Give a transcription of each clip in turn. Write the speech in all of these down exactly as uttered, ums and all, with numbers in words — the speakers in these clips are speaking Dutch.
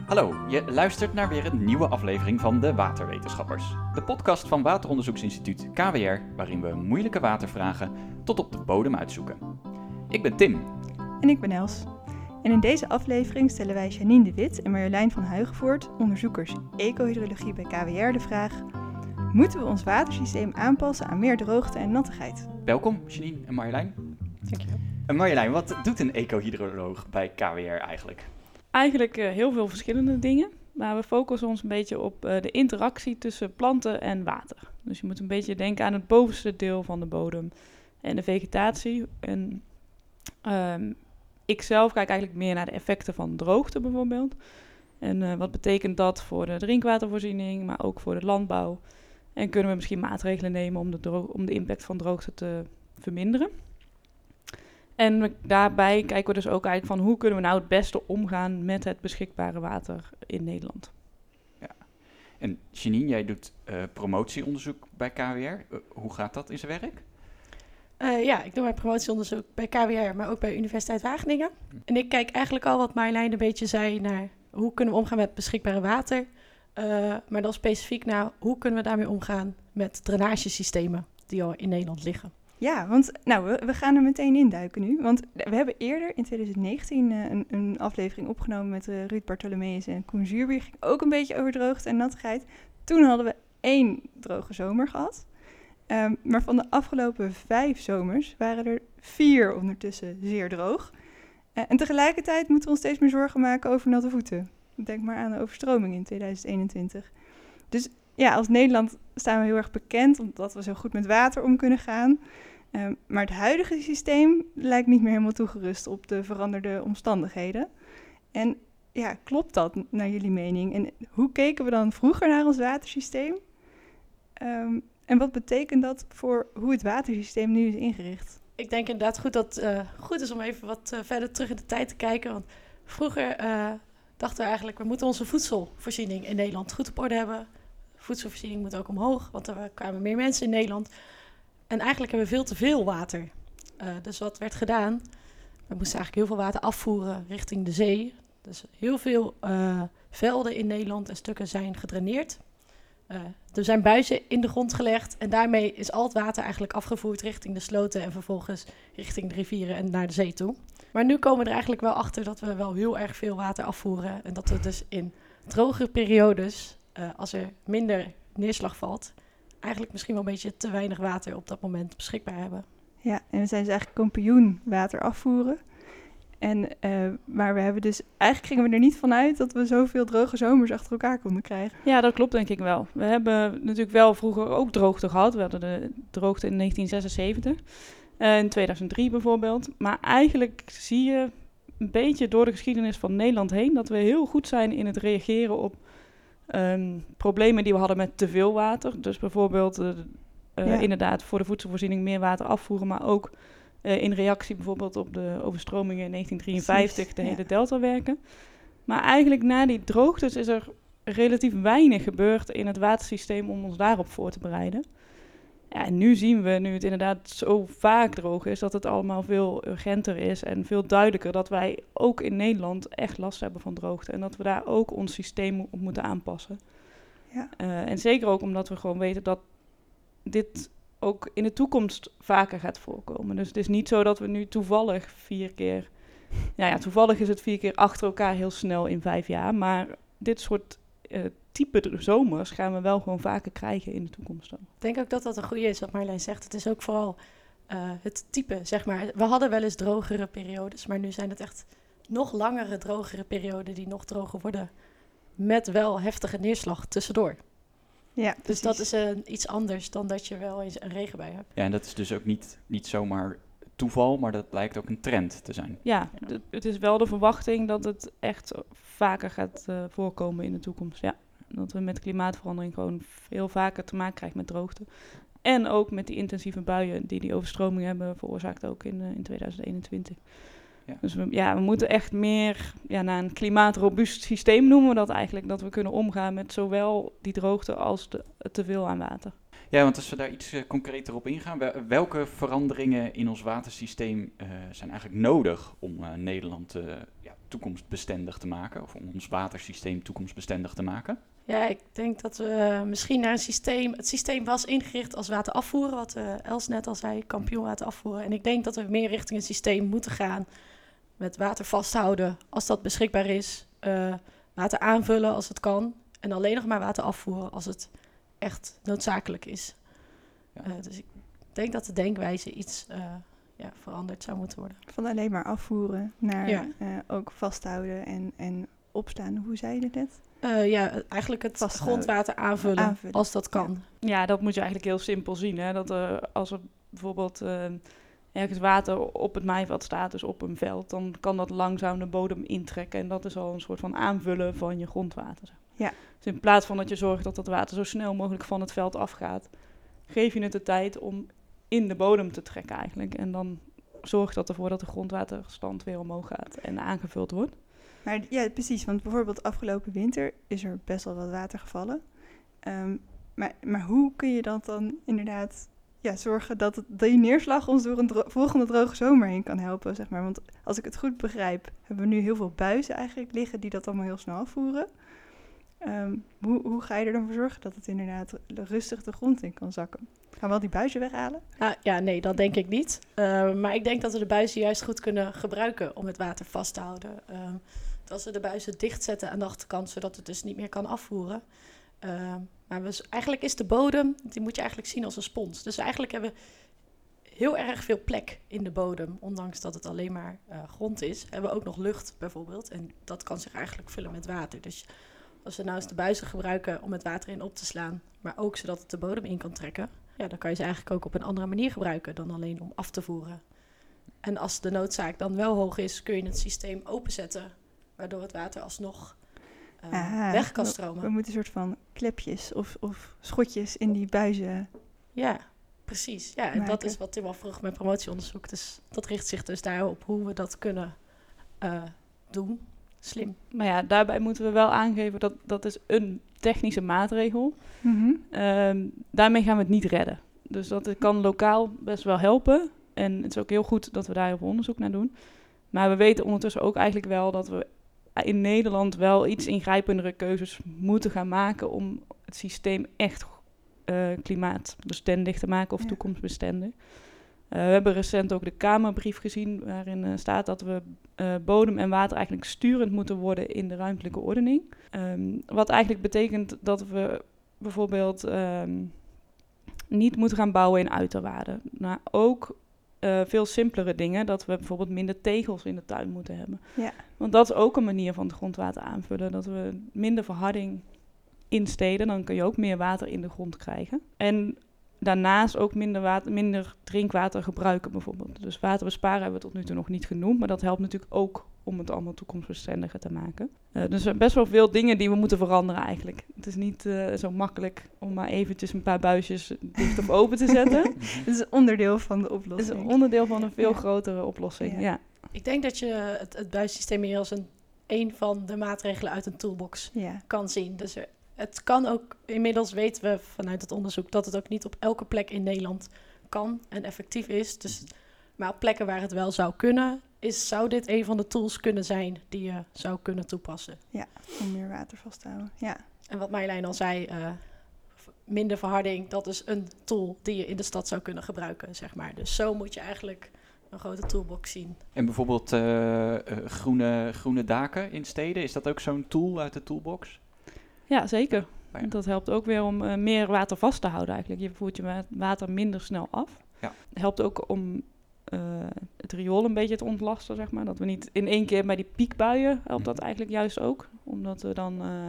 Hallo, je luistert naar weer een nieuwe aflevering van de Waterwetenschappers. De podcast van Wateronderzoeksinstituut K W R, waarin we moeilijke watervragen tot op de bodem uitzoeken. Ik ben Tim. En ik ben Els. En in deze aflevering stellen wij Janine de Wit en Marjolein van Huigenvoort, onderzoekers ecohydrologie bij K W R, de vraag: moeten we ons watersysteem aanpassen aan meer droogte en nattigheid? Welkom, Janine en Marjolein. Dankjewel. En Marjolein, wat doet een ecohydroloog bij K W R eigenlijk? Eigenlijk uh, heel veel verschillende dingen, maar we focussen ons een beetje op uh, de interactie tussen planten en water. Dus je moet een beetje denken aan het bovenste deel van de bodem en de vegetatie. En um, ik zelf kijk eigenlijk meer naar de effecten van droogte bijvoorbeeld. En uh, wat betekent dat voor de drinkwatervoorziening, maar ook voor de landbouw. En kunnen we misschien maatregelen nemen om de, dro- om de impact van droogte te verminderen. En we, daarbij kijken we dus ook eigenlijk van hoe kunnen we nou het beste omgaan met het beschikbare water in Nederland. Ja. En Janine, jij doet uh, promotieonderzoek bij K W R. Uh, hoe gaat dat in zijn werk? Uh, ja, ik doe mijn promotieonderzoek bij K W R, maar ook bij Universiteit Wageningen. En ik kijk eigenlijk al wat Marjolein een beetje zei naar hoe kunnen we omgaan met beschikbare water. Uh, maar dan specifiek naar hoe kunnen we daarmee omgaan met drainagesystemen die al in Nederland liggen. Ja, want nou, we, we gaan er meteen induiken nu. Want we hebben eerder in twintig negentien uh, een, een aflevering opgenomen met uh, Ruud Bartholomeus en Koen Zuurbier. Ging ook een beetje over droogte en nattigheid. Toen hadden we één droge zomer gehad. Um, maar van de afgelopen vijf zomers waren er vier ondertussen zeer droog. Uh, en tegelijkertijd moeten we ons steeds meer zorgen maken over natte voeten. Denk maar aan de overstroming in twintig eenentwintig. Dus ja, als Nederland staan we heel erg bekend omdat we zo goed met water om kunnen gaan. Um, maar het huidige systeem lijkt niet meer helemaal toegerust op de veranderde omstandigheden. En ja, klopt dat naar jullie mening? En hoe keken we dan vroeger naar ons watersysteem? Um, en wat betekent dat voor hoe het watersysteem nu is ingericht? Ik denk inderdaad goed dat het uh, goed is om even wat uh, verder terug in de tijd te kijken. Want vroeger uh, dachten we eigenlijk, we moeten onze voedselvoorziening in Nederland goed op orde hebben. Voedselvoorziening moet ook omhoog, want er kwamen meer mensen in Nederland. En eigenlijk hebben we veel te veel water. Uh, dus wat werd gedaan? We moesten eigenlijk heel veel water afvoeren richting de zee. Dus heel veel uh, velden in Nederland en stukken zijn gedraineerd. Uh, er zijn buizen in de grond gelegd en daarmee is al het water eigenlijk afgevoerd richting de sloten en vervolgens richting de rivieren en naar de zee toe. Maar nu komen we er eigenlijk wel achter dat we wel heel erg veel water afvoeren en dat we dus in drogere periodes, uh, als er minder neerslag valt, eigenlijk misschien wel een beetje te weinig water op dat moment beschikbaar hebben. Ja, en we zijn dus eigenlijk kampioen water afvoeren. En, uh, maar we hebben dus, eigenlijk gingen we er niet van uit dat we zoveel droge zomers achter elkaar konden krijgen. Ja, dat klopt denk ik wel. We hebben natuurlijk wel vroeger ook droogte gehad. We hadden de droogte in negentien zesenzeventig, uh, in tweeduizend drie bijvoorbeeld. Maar eigenlijk zie je een beetje door de geschiedenis van Nederland heen dat we heel goed zijn in het reageren op um, problemen die we hadden met te veel water. Dus bijvoorbeeld uh, uh, ja. inderdaad voor de voedselvoorziening meer water afvoeren, maar ook Uh, in reactie bijvoorbeeld op de overstromingen in negentien drieënvijftig, Precies, de hele ja. delta werken. Maar eigenlijk na die droogtes is er relatief weinig gebeurd in het watersysteem om ons daarop voor te bereiden. Ja, en nu zien we, nu het inderdaad zo vaak droog is, dat het allemaal veel urgenter is en veel duidelijker dat wij ook in Nederland echt last hebben van droogte. En dat we daar ook ons systeem op moeten aanpassen. Ja. Uh, en zeker ook omdat we gewoon weten dat dit ook in de toekomst vaker gaat voorkomen. Dus het is niet zo dat we nu toevallig vier keer... Nou ja, toevallig is het vier keer achter elkaar heel snel in vijf jaar. Maar dit soort uh, type zomers gaan we wel gewoon vaker krijgen in de toekomst dan. Ik denk ook dat dat een goede is wat Marjolein zegt. Het is ook vooral uh, het type, zeg maar. We hadden wel eens drogere periodes, maar nu zijn het echt nog langere drogere perioden die nog droger worden. Met wel heftige neerslag tussendoor. Ja, dus precies. Dat is uh, iets anders dan dat je wel eens een regenbui hebt. Ja, en dat is dus ook niet, niet zomaar toeval, maar dat blijkt ook een trend te zijn. Ja, ja. D- het is wel de verwachting dat het echt vaker gaat uh, voorkomen in de toekomst. Ja, dat we met klimaatverandering gewoon veel vaker te maken krijgen met droogte. En ook met die intensieve buien die die overstroming hebben veroorzaakt ook in, uh, in tweeduizend eenentwintig. Ja. Dus we, ja, we moeten echt meer ja, naar een klimaatrobuust systeem noemen we dat eigenlijk. Dat we kunnen omgaan met zowel die droogte als de, het teveel aan water. Ja, want als we daar iets uh, concreter op ingaan. Welke veranderingen in ons watersysteem uh, zijn eigenlijk nodig om uh, Nederland uh, ja, toekomstbestendig te maken? Of om ons watersysteem toekomstbestendig te maken? Ja, ik denk dat we misschien naar een systeem... Het systeem was ingericht als water afvoeren, wat uh, Els net al zei, kampioen water afvoeren. En ik denk dat we meer richting een systeem moeten gaan met water vasthouden als dat beschikbaar is. Uh, water aanvullen als het kan. En alleen nog maar water afvoeren als het echt noodzakelijk is. Ja. Uh, dus ik denk dat de denkwijze iets uh, ja, veranderd zou moeten worden. Van alleen maar afvoeren naar ja. uh, ook vasthouden en, en opstaan. Hoe zei je dat net? Uh, ja, eigenlijk het Vasthouden. grondwater aanvullen, aanvullen, als dat kan. Ja, ja, dat moet je eigenlijk heel simpel zien. Hè? Dat uh, als er bijvoorbeeld uh, ergens water op het maaiveld staat, dus op een veld, dan kan dat langzaam de bodem intrekken. En dat is al een soort van aanvullen van je grondwater. Ja. Dus in plaats van dat je zorgt dat dat water zo snel mogelijk van het veld afgaat, geef je het de tijd om in de bodem te trekken eigenlijk. En dan zorgt dat ervoor dat de grondwaterstand weer omhoog gaat en aangevuld wordt. Maar ja, precies. Want bijvoorbeeld afgelopen winter is er best wel wat water gevallen. Um, maar, maar hoe kun je dat dan inderdaad ja, zorgen dat het, die neerslag ons door een dro- volgende droge zomer heen kan helpen, zeg maar. Want als ik het goed begrijp, hebben we nu heel veel buizen eigenlijk liggen die dat allemaal heel snel afvoeren. Um, hoe, hoe ga je er dan voor zorgen dat het inderdaad rustig de grond in kan zakken? Gaan we al die buizen weghalen? Nou, ja, nee, dat denk ik niet. Uh, maar ik denk dat we de buizen juist goed kunnen gebruiken om het water vast te houden. Uh, als we de buizen dichtzetten aan de achterkant, zodat het dus niet meer kan afvoeren. Uh, maar we, eigenlijk is de bodem, die moet je eigenlijk zien als een spons. Dus eigenlijk hebben we heel erg veel plek in de bodem. Ondanks dat het alleen maar uh, grond is, hebben we ook nog lucht bijvoorbeeld. En dat kan zich eigenlijk vullen met water. Dus als we nou eens de buizen gebruiken om het water in op te slaan, maar ook zodat het de bodem in kan trekken, ja, dan kan je ze eigenlijk ook op een andere manier gebruiken dan alleen om af te voeren. En als de noodzaak dan wel hoog is, kun je het systeem openzetten, waardoor het water alsnog uh, ah, weg kan stromen. We, we moeten een soort van klepjes of, of schotjes in die buizen. Ja, precies. Ja, en dat is wat Tim al vroeg met promotieonderzoek. Dus dat richt zich dus daarop hoe we dat kunnen uh, doen. Slim. Maar ja, daarbij moeten we wel aangeven dat dat is een technische maatregel. Mm-hmm. Um, daarmee gaan we het niet redden. Dus dat kan lokaal best wel helpen. En het is ook heel goed dat we daar heel veel onderzoek naar doen. Maar we weten ondertussen ook eigenlijk wel dat we in Nederland wel iets ingrijpendere keuzes moeten gaan maken om het systeem echt uh, klimaatbestendig te maken of ja. toekomstbestendig. Uh, we hebben recent ook de Kamerbrief gezien waarin uh, staat dat we uh, bodem en water eigenlijk sturend moeten worden in de ruimtelijke ordening. Um, wat eigenlijk betekent dat we bijvoorbeeld um, niet moeten gaan bouwen in uiterwaarden. Maar ook uh, veel simpelere dingen, dat we bijvoorbeeld minder tegels in de tuin moeten hebben. Ja. Want dat is ook een manier van het grondwater aanvullen, dat we minder verharding insteden, dan kun je ook meer water in de grond krijgen. En daarnaast ook minder, water, minder drinkwater gebruiken bijvoorbeeld. Dus water besparen hebben we tot nu toe nog niet genoemd, maar dat helpt natuurlijk ook om het allemaal toekomstbestendiger te maken. Uh, dus er zijn best wel veel dingen die we moeten veranderen eigenlijk. Het is niet uh, zo makkelijk om maar eventjes een paar buisjes dicht of open te zetten. Het is een onderdeel van de oplossing. Het is een onderdeel van een veel ja. grotere oplossing, ja. ja. Ik denk dat je het, het buissysteem hier als een, een van de maatregelen uit een toolbox ja. kan zien. Dus er, het kan ook, inmiddels weten we vanuit het onderzoek dat het ook niet op elke plek in Nederland kan en effectief is. Dus, maar op plekken waar het wel zou kunnen, is, zou dit een van de tools kunnen zijn die je zou kunnen toepassen. Ja, om meer water vast te houden. Ja. En wat Marjolein al zei, uh, minder verharding, dat is een tool die je in de stad zou kunnen gebruiken, zeg maar. Dus zo moet je eigenlijk een grote toolbox zien. En bijvoorbeeld uh, uh, groene, groene daken in steden, is dat ook zo'n tool uit de toolbox? Ja, zeker. Oh ja. Dat helpt ook weer om uh, meer water vast te houden eigenlijk. Je voert je water minder snel af. Ja. Het helpt ook om uh, het riool een beetje te ontlasten, zeg maar. Dat we niet in één keer bij die piekbuien helpt dat eigenlijk juist ook. Omdat we dan uh,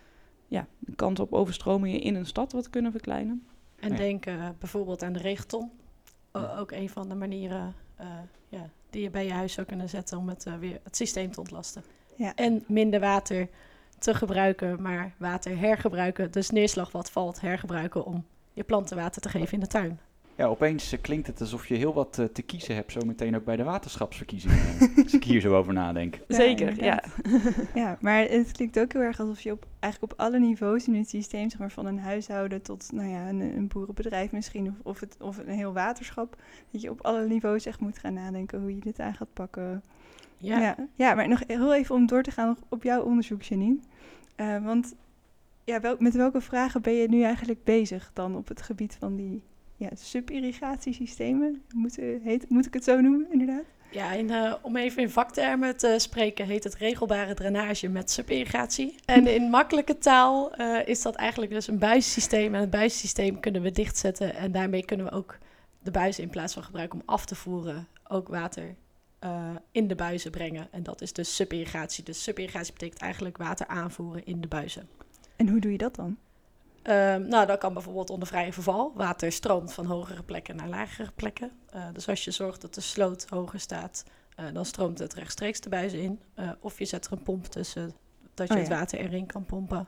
ja, de kans op overstromingen in een stad wat kunnen verkleinen. En ja. denk uh, bijvoorbeeld aan de regenton. O- ook een van de manieren uh, ja, die je bij je huis zou kunnen zetten om het, uh, weer het systeem te ontlasten. Ja. En minder water te gebruiken, maar water hergebruiken. Dus neerslag wat valt, hergebruiken om je planten water te geven in de tuin. Ja, opeens uh, klinkt het alsof je heel wat uh, te kiezen hebt, zometeen ook bij de waterschapsverkiezingen. Als ik hier zo over nadenk. Ja, zeker, ja. Ja, maar het klinkt ook heel erg alsof je op, eigenlijk op alle niveaus in het systeem, zeg maar van een huishouden tot nou ja, een, een boerenbedrijf misschien, of, of, het, of een heel waterschap, dat je op alle niveaus echt moet gaan nadenken hoe je dit aan gaat pakken. Ja. Ja, ja, maar nog heel even om door te gaan op jouw onderzoek, Janine. Uh, want ja, wel, met welke vragen ben je nu eigenlijk bezig dan op het gebied van die ja, subirrigatiesystemen? Moet, uh, heet, moet ik het zo noemen, inderdaad? Ja, in, uh, om even in vaktermen te spreken, heet het regelbare drainage met subirrigatie. En in makkelijke taal uh, is dat eigenlijk dus een buissysteem. En het buissysteem kunnen we dichtzetten en daarmee kunnen we ook de buizen in plaats van gebruiken om af te voeren, ook water uh, in de buizen brengen. En dat is dus subirrigatie. Dus subirrigatie betekent eigenlijk water aanvoeren in de buizen. En hoe doe je dat dan? Uh, nou, dat kan bijvoorbeeld onder vrije verval. Water stroomt van hogere plekken naar lagere plekken. Uh, dus als je zorgt dat de sloot hoger staat, uh, dan stroomt het rechtstreeks de buizen in. Uh, of je zet er een pomp tussen, dat je oh, het ja. water erin kan pompen.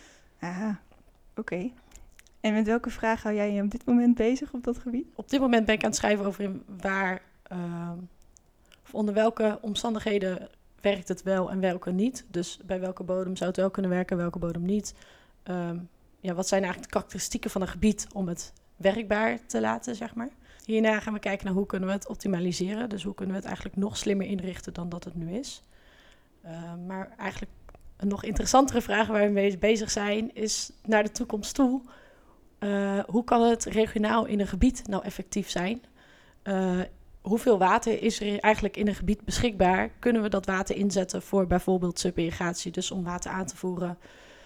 Aha, oké. Okay. En met welke vraag hou jij je op dit moment bezig op dat gebied? Op dit moment ben ik aan het schrijven over in waar, uh, of onder welke omstandigheden werkt het wel en welke niet. Dus bij welke bodem zou het wel kunnen werken, welke bodem niet. Um, Ja, wat zijn eigenlijk de karakteristieken van een gebied om het werkbaar te laten, zeg maar. Hierna gaan we kijken naar hoe kunnen we het optimaliseren. Dus hoe kunnen we het eigenlijk nog slimmer inrichten dan dat het nu is. Uh, maar eigenlijk een nog interessantere vraag waar we mee bezig zijn, is naar de toekomst toe. Uh, hoe kan het regionaal in een gebied nou effectief zijn? Uh, hoeveel water is er eigenlijk in een gebied beschikbaar? Kunnen we dat water inzetten voor bijvoorbeeld subirrigatie, dus om water aan te voeren?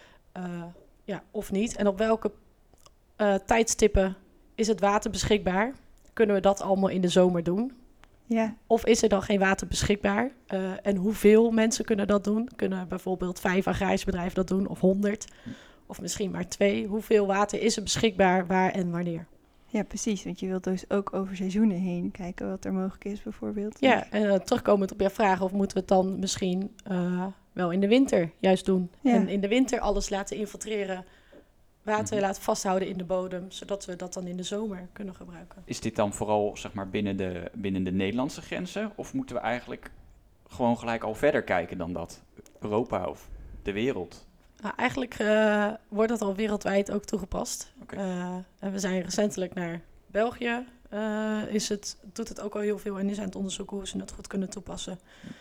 Uh, Ja, of niet. En op welke uh, tijdstippen is het water beschikbaar? Kunnen we dat allemaal in de zomer doen? Ja. Of is er dan geen water beschikbaar? Uh, en hoeveel mensen kunnen dat doen? Kunnen bijvoorbeeld vijf agrarische bedrijven dat doen? Of honderd? Of misschien maar twee? Hoeveel water is er beschikbaar? Waar en wanneer? Ja, precies. Want je wilt dus ook over seizoenen heen kijken wat er mogelijk is bijvoorbeeld. Ja, en uh, terugkomend op jouw vraag, of moeten we het dan misschien uh, wel in de winter juist doen? Ja. En in de winter alles laten infiltreren, water mm-hmm. laten vasthouden in de bodem, zodat we dat dan in de zomer kunnen gebruiken. Is dit dan vooral zeg maar binnen de, binnen de Nederlandse grenzen? Of moeten we eigenlijk gewoon gelijk al verder kijken dan dat? Europa of de wereld? Nou, eigenlijk uh, wordt dat al wereldwijd ook toegepast. Okay. Uh, en we zijn recentelijk naar België. Uh, is het, doet het ook al heel veel en is aan het onderzoeken hoe ze het goed kunnen toepassen.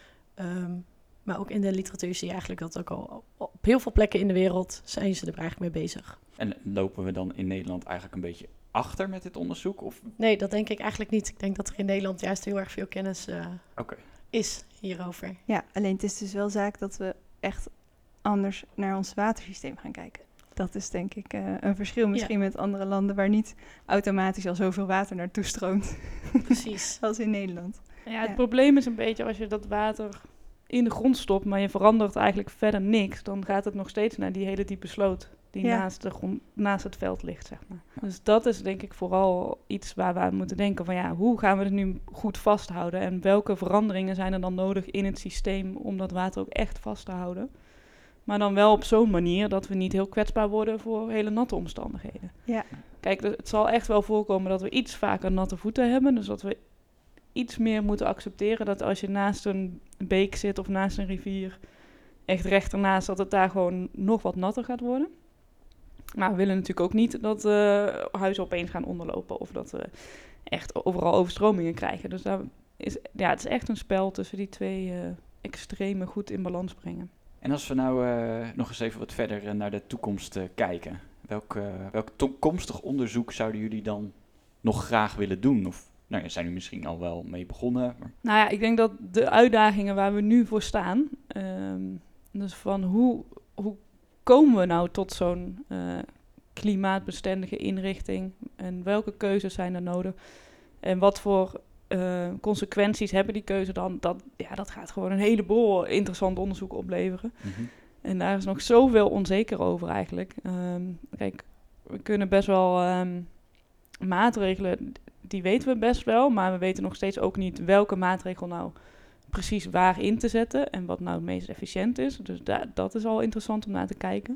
Um, maar ook in de literatuur zie je eigenlijk dat ook al op heel veel plekken in de wereld zijn ze er eigenlijk mee bezig. En lopen we dan in Nederland eigenlijk een beetje achter met dit onderzoek? Of? Nee, dat denk ik eigenlijk niet. Ik denk dat er in Nederland juist heel erg veel kennis uh, okay. is hierover. Ja, alleen het is dus wel zaak dat we echt anders naar ons watersysteem gaan kijken. Dat is denk ik uh, een verschil misschien ja. met andere landen waar niet automatisch al zoveel water naartoe stroomt. Precies. Als in Nederland. Ja, het ja. probleem is een beetje als je dat water in de grond stopt, maar je verandert eigenlijk verder niks, dan gaat het nog steeds naar die hele diepe sloot die ja. naast, de grond, naast het veld ligt, zeg maar. Ja. Dus dat is denk ik vooral iets waar we aan moeten denken van ja, hoe gaan we het nu goed vasthouden en welke veranderingen zijn er dan nodig in het systeem om dat water ook echt vast te houden. Maar dan wel op zo'n manier dat we niet heel kwetsbaar worden voor hele natte omstandigheden. Ja. Kijk, het zal echt wel voorkomen dat we iets vaker natte voeten hebben. Dus dat we iets meer moeten accepteren dat als je naast een beek zit of naast een rivier, echt recht ernaast, dat het daar gewoon nog wat natter gaat worden. Maar we willen natuurlijk ook niet dat uh, huizen opeens gaan onderlopen of dat we echt overal overstromingen krijgen. Dus daar is, ja, het is echt een spel tussen die twee uh, extremen goed in balans brengen. En als we nou uh, nog eens even wat verder uh, naar de toekomst uh, kijken. Welk, uh, welk toekomstig onderzoek zouden jullie dan nog graag willen doen? Of nou, zijn jullie misschien al wel mee begonnen? Maar... Nou ja, ik denk dat de uitdagingen waar we nu voor staan, um, dus van hoe, hoe komen we nou tot zo'n uh, klimaatbestendige inrichting en welke keuzes zijn er nodig en wat voor uh, consequenties hebben die keuze dan, dat, ja, dat gaat gewoon een heleboel interessant onderzoek opleveren. Mm-hmm. En daar is nog zoveel onzeker over eigenlijk. Um, kijk, we kunnen best wel um, maatregelen, die weten we best wel, maar we weten nog steeds ook niet welke maatregel nou precies waar in te zetten en wat nou het meest efficiënt is. Dus da- dat is al interessant om naar te kijken.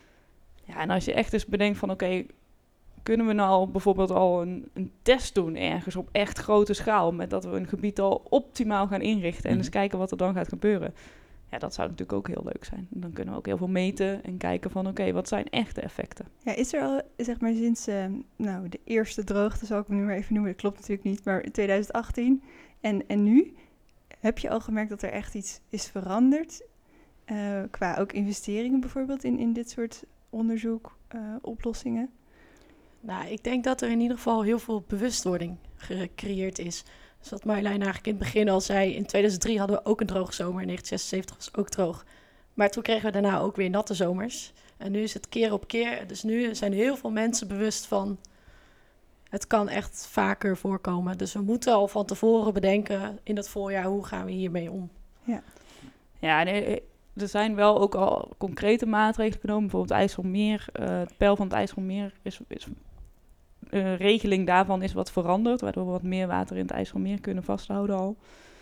Ja, en als je echt eens bedenkt van oké, okay, kunnen we nou al bijvoorbeeld al een, een test doen ergens op echt grote schaal, met dat we een gebied al optimaal gaan inrichten en mm-hmm. eens kijken wat er dan gaat gebeuren. Ja, dat zou natuurlijk ook heel leuk zijn. En dan kunnen we ook heel veel meten en kijken van oké, okay, wat zijn echte effecten? Ja, is er al, zeg maar, sinds uh, nou, de eerste droogte, zal ik hem nu maar even noemen, dat klopt natuurlijk niet, maar in twintig achttien en, en nu, heb je al gemerkt dat er echt iets is veranderd? Uh, qua ook investeringen bijvoorbeeld in, in dit soort onderzoek, uh, oplossingen? Nou, ik denk dat er in ieder geval heel veel bewustwording gecreëerd is. Dus wat Marjolein eigenlijk in het begin al zei, in tweeduizend drie hadden we ook een droge zomer. In negentien zesenzeventig was het ook droog. Maar toen kregen we daarna ook weer natte zomers. En nu is het keer op keer. Dus nu zijn heel veel mensen bewust van, het kan echt vaker voorkomen. Dus we moeten al van tevoren bedenken in het voorjaar, hoe gaan we hiermee om? Ja, ja nee, er zijn wel ook al concrete maatregelen genomen. Bijvoorbeeld het IJsselmeer. Uh, het peil van het IJsselmeer is... is Uh, regeling daarvan is wat veranderd, waardoor we wat meer water in het IJsselmeer kunnen vasthouden al.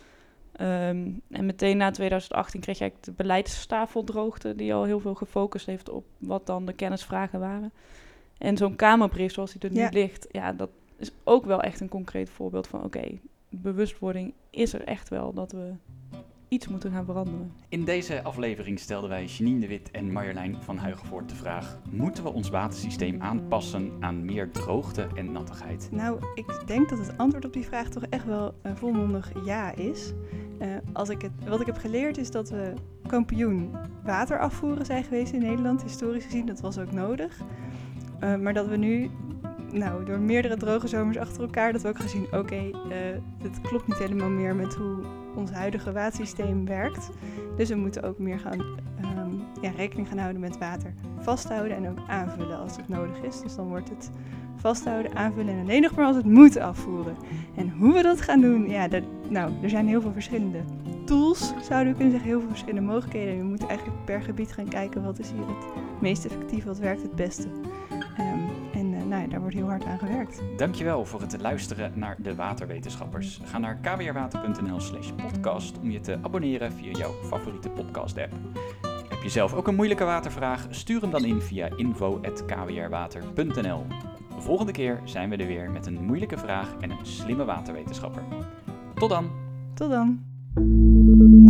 Um, en meteen na tweeduizend achttien kreeg je eigenlijk de beleidstafeldroogte, die al heel veel gefocust heeft op wat dan de kennisvragen waren. En zo'n Kamerbrief zoals die er nu ja. ligt, ja, dat is ook wel echt een concreet voorbeeld van, oké, okay, bewustwording is er echt wel dat we iets moeten gaan veranderen. In deze aflevering stelden wij Janine de Wit en Marjolein van Huigenvoort de vraag: moeten we ons watersysteem aanpassen aan meer droogte en nattigheid? Nou, ik denk dat het antwoord op die vraag toch echt wel uh, volmondig ja is. Uh, als ik het, wat ik heb geleerd is dat we kampioen waterafvoeren zijn geweest in Nederland, historisch gezien. Dat was ook nodig. Uh, maar dat we nu, nou, door meerdere droge zomers achter elkaar, dat we ook gaan zien, oké, okay, uh, het klopt niet helemaal meer met hoe ons huidige watersysteem werkt. Dus we moeten ook meer gaan um, ja, rekening gaan houden met water vasthouden en ook aanvullen als het nodig is. Dus dan wordt het vasthouden, aanvullen en alleen nog maar als het moet afvoeren. En hoe we dat gaan doen, ja, dat, nou, er zijn heel veel verschillende tools, zouden we kunnen zeggen, heel veel verschillende mogelijkheden. En we moeten eigenlijk per gebied gaan kijken wat is hier het meest effectief, wat werkt het beste. Um, en uh, nou ja, daar wordt heel hard aan gewerkt. Dankjewel voor het luisteren naar de Waterwetenschappers. Ga naar k w r water punt n l slash podcast om je te abonneren via jouw favoriete podcast app. Heb je zelf ook een moeilijke watervraag? Stuur hem dan in via info at k w r water punt n l. De volgende keer zijn we er weer met een moeilijke vraag en een slimme waterwetenschapper. Tot dan! Tot dan!